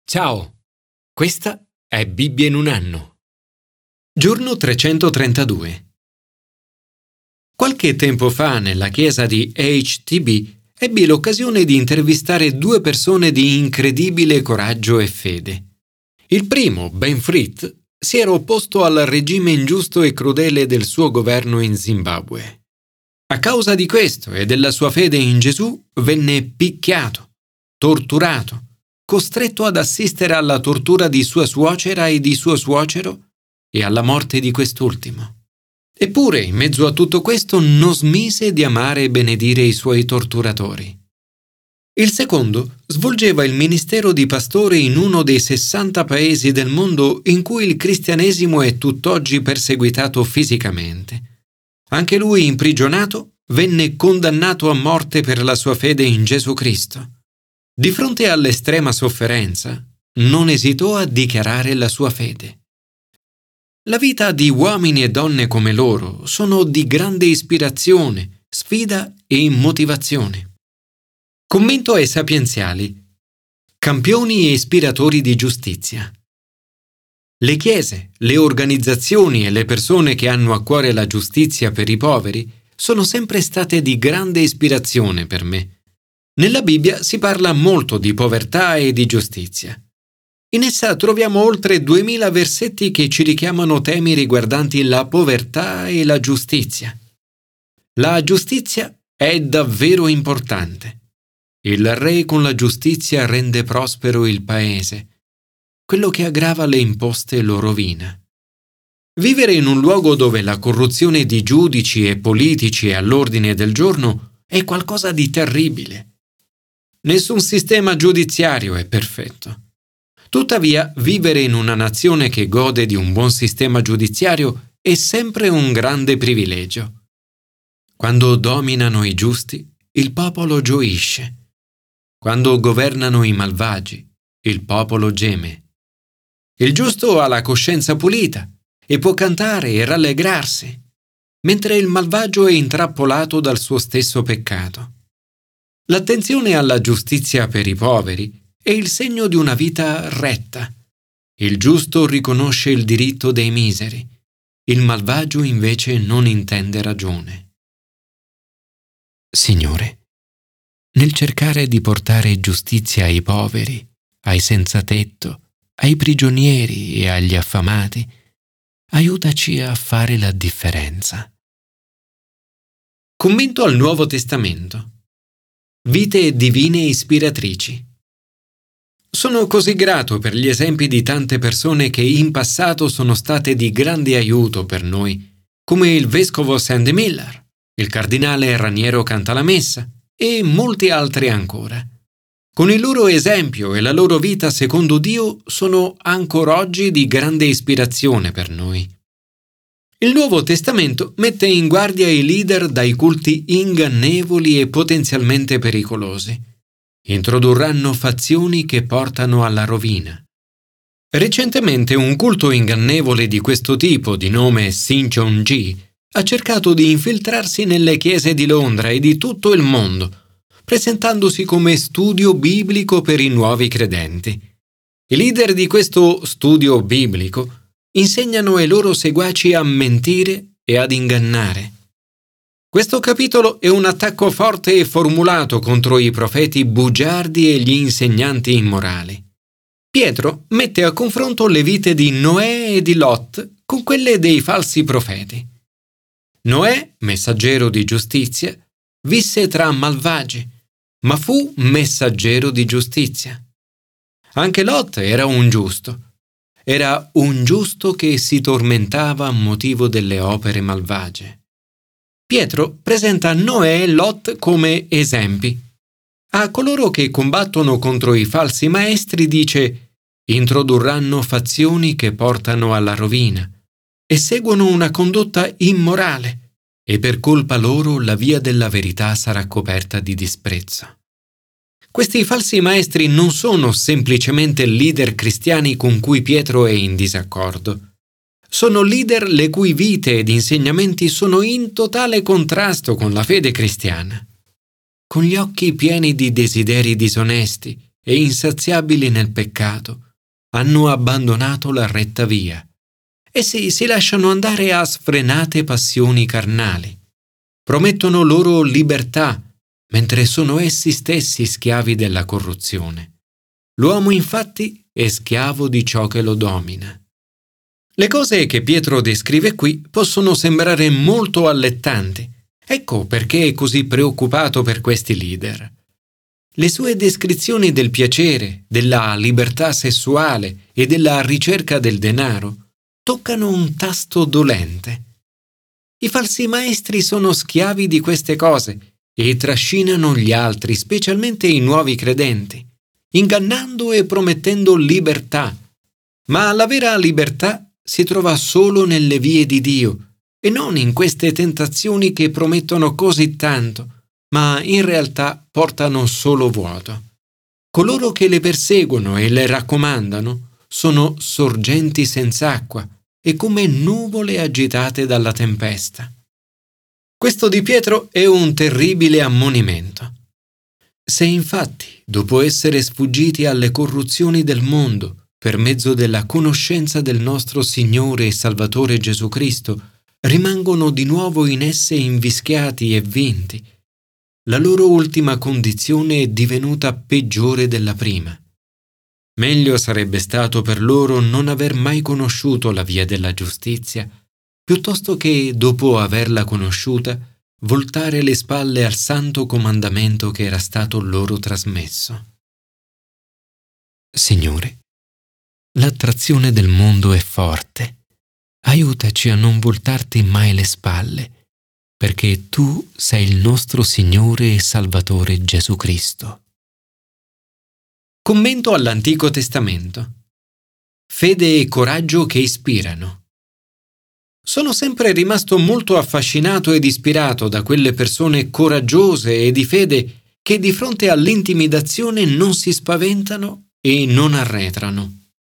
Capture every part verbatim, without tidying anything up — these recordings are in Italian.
Ciao, questa è Bibbia in un anno. Giorno trecentotrentadue. Qualche tempo fa nella chiesa di H T B ebbi l'occasione di intervistare due persone di incredibile coraggio e fede. Il primo, Ben Frith, si era opposto al regime ingiusto e crudele del suo governo in Zimbabwe. A causa di questo e della sua fede in Gesù venne picchiato, torturato, costretto ad assistere alla tortura di sua suocera e di suo suocero e alla morte di quest'ultimo. Eppure, in mezzo a tutto questo, non smise di amare e benedire i suoi torturatori. Il secondo svolgeva il ministero di pastore in uno dei sessanta paesi del mondo in cui il cristianesimo è tutt'oggi perseguitato fisicamente. Anche lui, imprigionato, venne condannato a morte per la sua fede in Gesù Cristo. Di fronte all'estrema sofferenza, non esitò a dichiarare la sua fede. La vita di uomini e donne come loro sono di grande ispirazione, sfida e motivazione. Commento ai sapienziali. Campioni e ispiratori di giustizia. Le chiese, le organizzazioni e le persone che hanno a cuore la giustizia per i poveri sono sempre state di grande ispirazione per me. Nella Bibbia si parla molto di povertà e di giustizia. In essa troviamo oltre duemila versetti che ci richiamano temi riguardanti la povertà e la giustizia. La giustizia è davvero importante. Il re con la giustizia rende prospero il paese. Quello che aggrava le imposte lo rovina. Vivere in un luogo dove la corruzione di giudici e politici è all'ordine del giorno è qualcosa di terribile. Nessun sistema giudiziario è perfetto. Tuttavia, vivere in una nazione che gode di un buon sistema giudiziario è sempre un grande privilegio. Quando dominano i giusti, il popolo gioisce. Quando governano i malvagi, il popolo geme. Il giusto ha la coscienza pulita e può cantare e rallegrarsi, mentre il malvagio è intrappolato dal suo stesso peccato. L'attenzione alla giustizia per i poveri è il segno di una vita retta. Il giusto riconosce il diritto dei miseri. Il malvagio invece non intende ragione. Signore, nel cercare di portare giustizia ai poveri, ai senzatetto, ai prigionieri e agli affamati, aiutaci a fare la differenza. Commento al Nuovo Testamento. Vite divine ispiratrici. Sono così grato per gli esempi di tante persone che in passato sono state di grande aiuto per noi, come il vescovo Sandy Miller, il cardinale Raniero Cantalamessa e molti altri ancora. Con il loro esempio e la loro vita secondo Dio sono ancora oggi di grande ispirazione per noi. Il Nuovo Testamento mette in guardia i leader dai culti ingannevoli e potenzialmente pericolosi. Introdurranno fazioni che portano alla rovina. Recentemente un culto ingannevole di questo tipo, di nome Shincheonji, ha cercato di infiltrarsi nelle chiese di Londra e di tutto il mondo, presentandosi come studio biblico per i nuovi credenti. I leader di questo studio biblico insegnano ai loro seguaci a mentire e ad ingannare. Questo capitolo è un attacco forte e formulato contro i profeti bugiardi e gli insegnanti immorali. Pietro mette a confronto le vite di Noè e di Lot con quelle dei falsi profeti. Noè, messaggero di giustizia, visse tra malvagi, ma fu messaggero di giustizia. Anche Lot era un giusto. Era un giusto che si tormentava a motivo delle opere malvagie. Pietro presenta Noè e Lot come esempi. A coloro che combattono contro i falsi maestri dice: introdurranno fazioni che portano alla rovina e seguono una condotta immorale, e per colpa loro la via della verità sarà coperta di disprezzo. Questi falsi maestri non sono semplicemente leader cristiani con cui Pietro è in disaccordo. Sono leader le cui vite ed insegnamenti sono in totale contrasto con la fede cristiana. Con gli occhi pieni di desideri disonesti, e insaziabili nel peccato, hanno abbandonato la retta via. Essi si lasciano andare a sfrenate passioni carnali. Promettono loro libertà, mentre sono essi stessi schiavi della corruzione. L'uomo, infatti, è schiavo di ciò che lo domina. Le cose che Pietro descrive qui possono sembrare molto allettanti. Ecco perché è così preoccupato per questi leader. Le sue descrizioni del piacere, della libertà sessuale e della ricerca del denaro toccano un tasto dolente. I falsi maestri sono schiavi di queste cose e trascinano gli altri, specialmente i nuovi credenti, ingannando e promettendo libertà. Ma la vera libertà si trova solo nelle vie di Dio e non in queste tentazioni che promettono così tanto, ma in realtà portano solo vuoto. Coloro che le perseguono e le raccomandano sono sorgenti senza acqua e come nuvole agitate dalla tempesta. Questo di Pietro è un terribile ammonimento. Se infatti, dopo essere sfuggiti alle corruzioni del mondo, per mezzo della conoscenza del nostro Signore e Salvatore Gesù Cristo, rimangono di nuovo in esse invischiati e vinti, la loro ultima condizione è divenuta peggiore della prima. Meglio sarebbe stato per loro non aver mai conosciuto la via della giustizia, piuttosto che, dopo averla conosciuta, voltare le spalle al santo comandamento che era stato loro trasmesso. Signore, l'attrazione del mondo è forte. Aiutaci a non voltarti mai le spalle, perché Tu sei il nostro Signore e Salvatore Gesù Cristo. Commento all'Antico Testamento. Fede e coraggio che ispirano. Sono sempre rimasto molto affascinato ed ispirato da quelle persone coraggiose e di fede che di fronte all'intimidazione non si spaventano e non arretrano.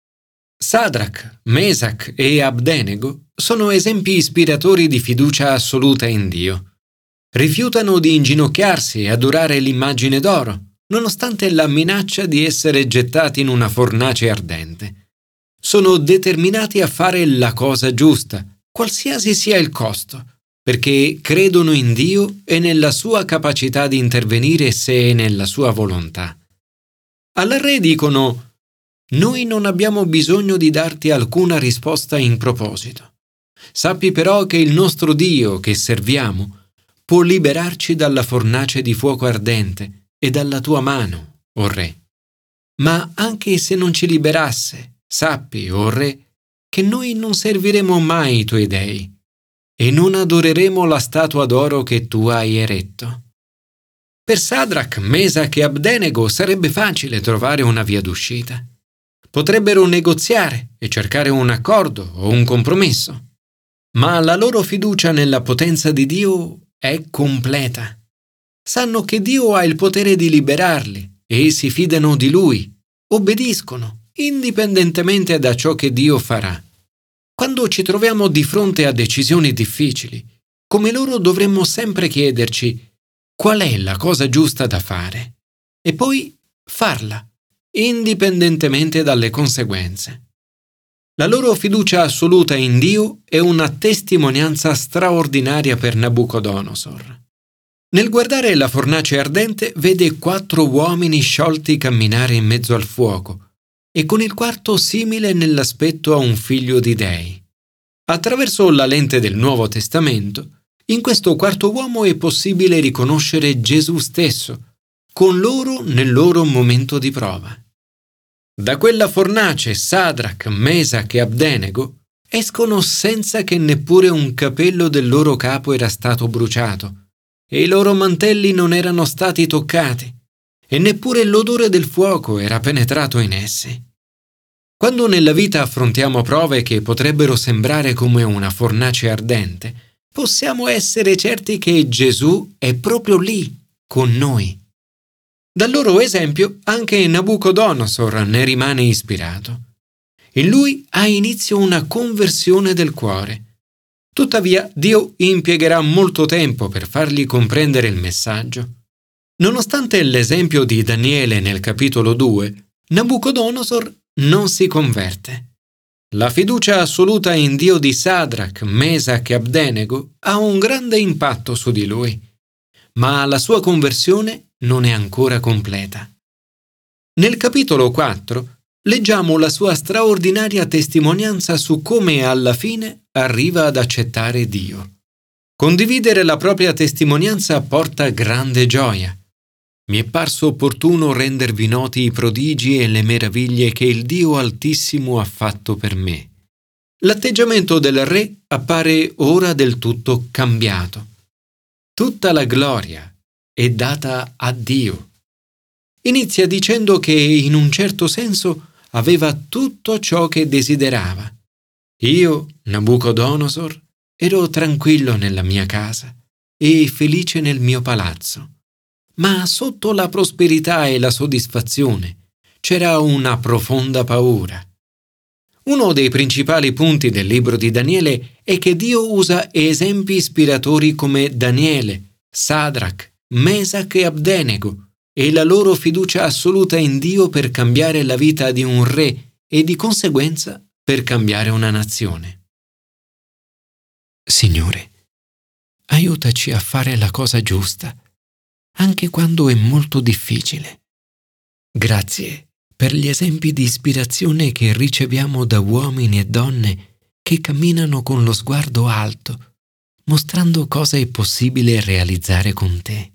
Sadrach, Mesach e Abdenego sono esempi ispiratori di fiducia assoluta in Dio. Rifiutano di inginocchiarsi e adorare l'immagine d'oro, nonostante la minaccia di essere gettati in una fornace ardente. Sono determinati a fare la cosa giusta, qualsiasi sia il costo, perché credono in Dio e nella sua capacità di intervenire se è nella sua volontà. Al re dicono: «Noi non abbiamo bisogno di darti alcuna risposta in proposito. Sappi però che il nostro Dio che serviamo può liberarci dalla fornace di fuoco ardente e dalla tua mano, o re. Ma anche se non ci liberasse, sappi, o re, che noi non serviremo mai i tuoi dei e non adoreremo la statua d'oro che tu hai eretto». Per Sadrach, Mesach e Abdenego sarebbe facile trovare una via d'uscita. Potrebbero negoziare e cercare un accordo o un compromesso, ma la loro fiducia nella potenza di Dio è completa. Sanno che Dio ha il potere di liberarli e si fidano di Lui, obbediscono, indipendentemente da ciò che Dio farà. Quando ci troviamo di fronte a decisioni difficili, come loro dovremmo sempre chiederci qual è la cosa giusta da fare e poi farla, indipendentemente dalle conseguenze. La loro fiducia assoluta in Dio è una testimonianza straordinaria per Nabucodonosor. Nel guardare la fornace ardente vede quattro uomini sciolti camminare in mezzo al fuoco e con il quarto simile nell'aspetto a un figlio di Dei. Attraverso la lente del Nuovo Testamento, in questo quarto uomo è possibile riconoscere Gesù stesso, con loro nel loro momento di prova. Da quella fornace Sadrach, Mesach e Abdenego escono senza che neppure un capello del loro capo era stato bruciato e i loro mantelli non erano stati toccati e neppure l'odore del fuoco era penetrato in essi. Quando nella vita affrontiamo prove che potrebbero sembrare come una fornace ardente, possiamo essere certi che Gesù è proprio lì, con noi. Dal loro esempio anche Nabucodonosor ne rimane ispirato. In lui ha inizio una conversione del cuore. Tuttavia Dio impiegherà molto tempo per fargli comprendere il messaggio. Nonostante l'esempio di Daniele nel capitolo due, Nabucodonosor non si converte. La fiducia assoluta in Dio di Sadrach, Mesach e Abdenego ha un grande impatto su di lui, ma la sua conversione non è ancora completa. Nel capitolo quattro leggiamo la sua straordinaria testimonianza su come alla fine arriva ad accettare Dio. Condividere la propria testimonianza porta grande gioia. Mi è parso opportuno rendervi noti i prodigi e le meraviglie che il Dio Altissimo ha fatto per me. L'atteggiamento del re appare ora del tutto cambiato. Tutta la gloria è data a Dio. Inizia dicendo che in un certo senso aveva tutto ciò che desiderava. Io, Nabucodonosor, ero tranquillo nella mia casa e felice nel mio palazzo. Ma sotto la prosperità e la soddisfazione c'era una profonda paura. Uno dei principali punti del libro di Daniele è che Dio usa esempi ispiratori come Daniele, Sadrach, Mesach e Abdenego e la loro fiducia assoluta in Dio per cambiare la vita di un re e di conseguenza per cambiare una nazione. Signore, aiutaci a fare la cosa giusta, anche quando è molto difficile. Grazie per gli esempi di ispirazione che riceviamo da uomini e donne che camminano con lo sguardo alto, mostrando cosa è possibile realizzare con te.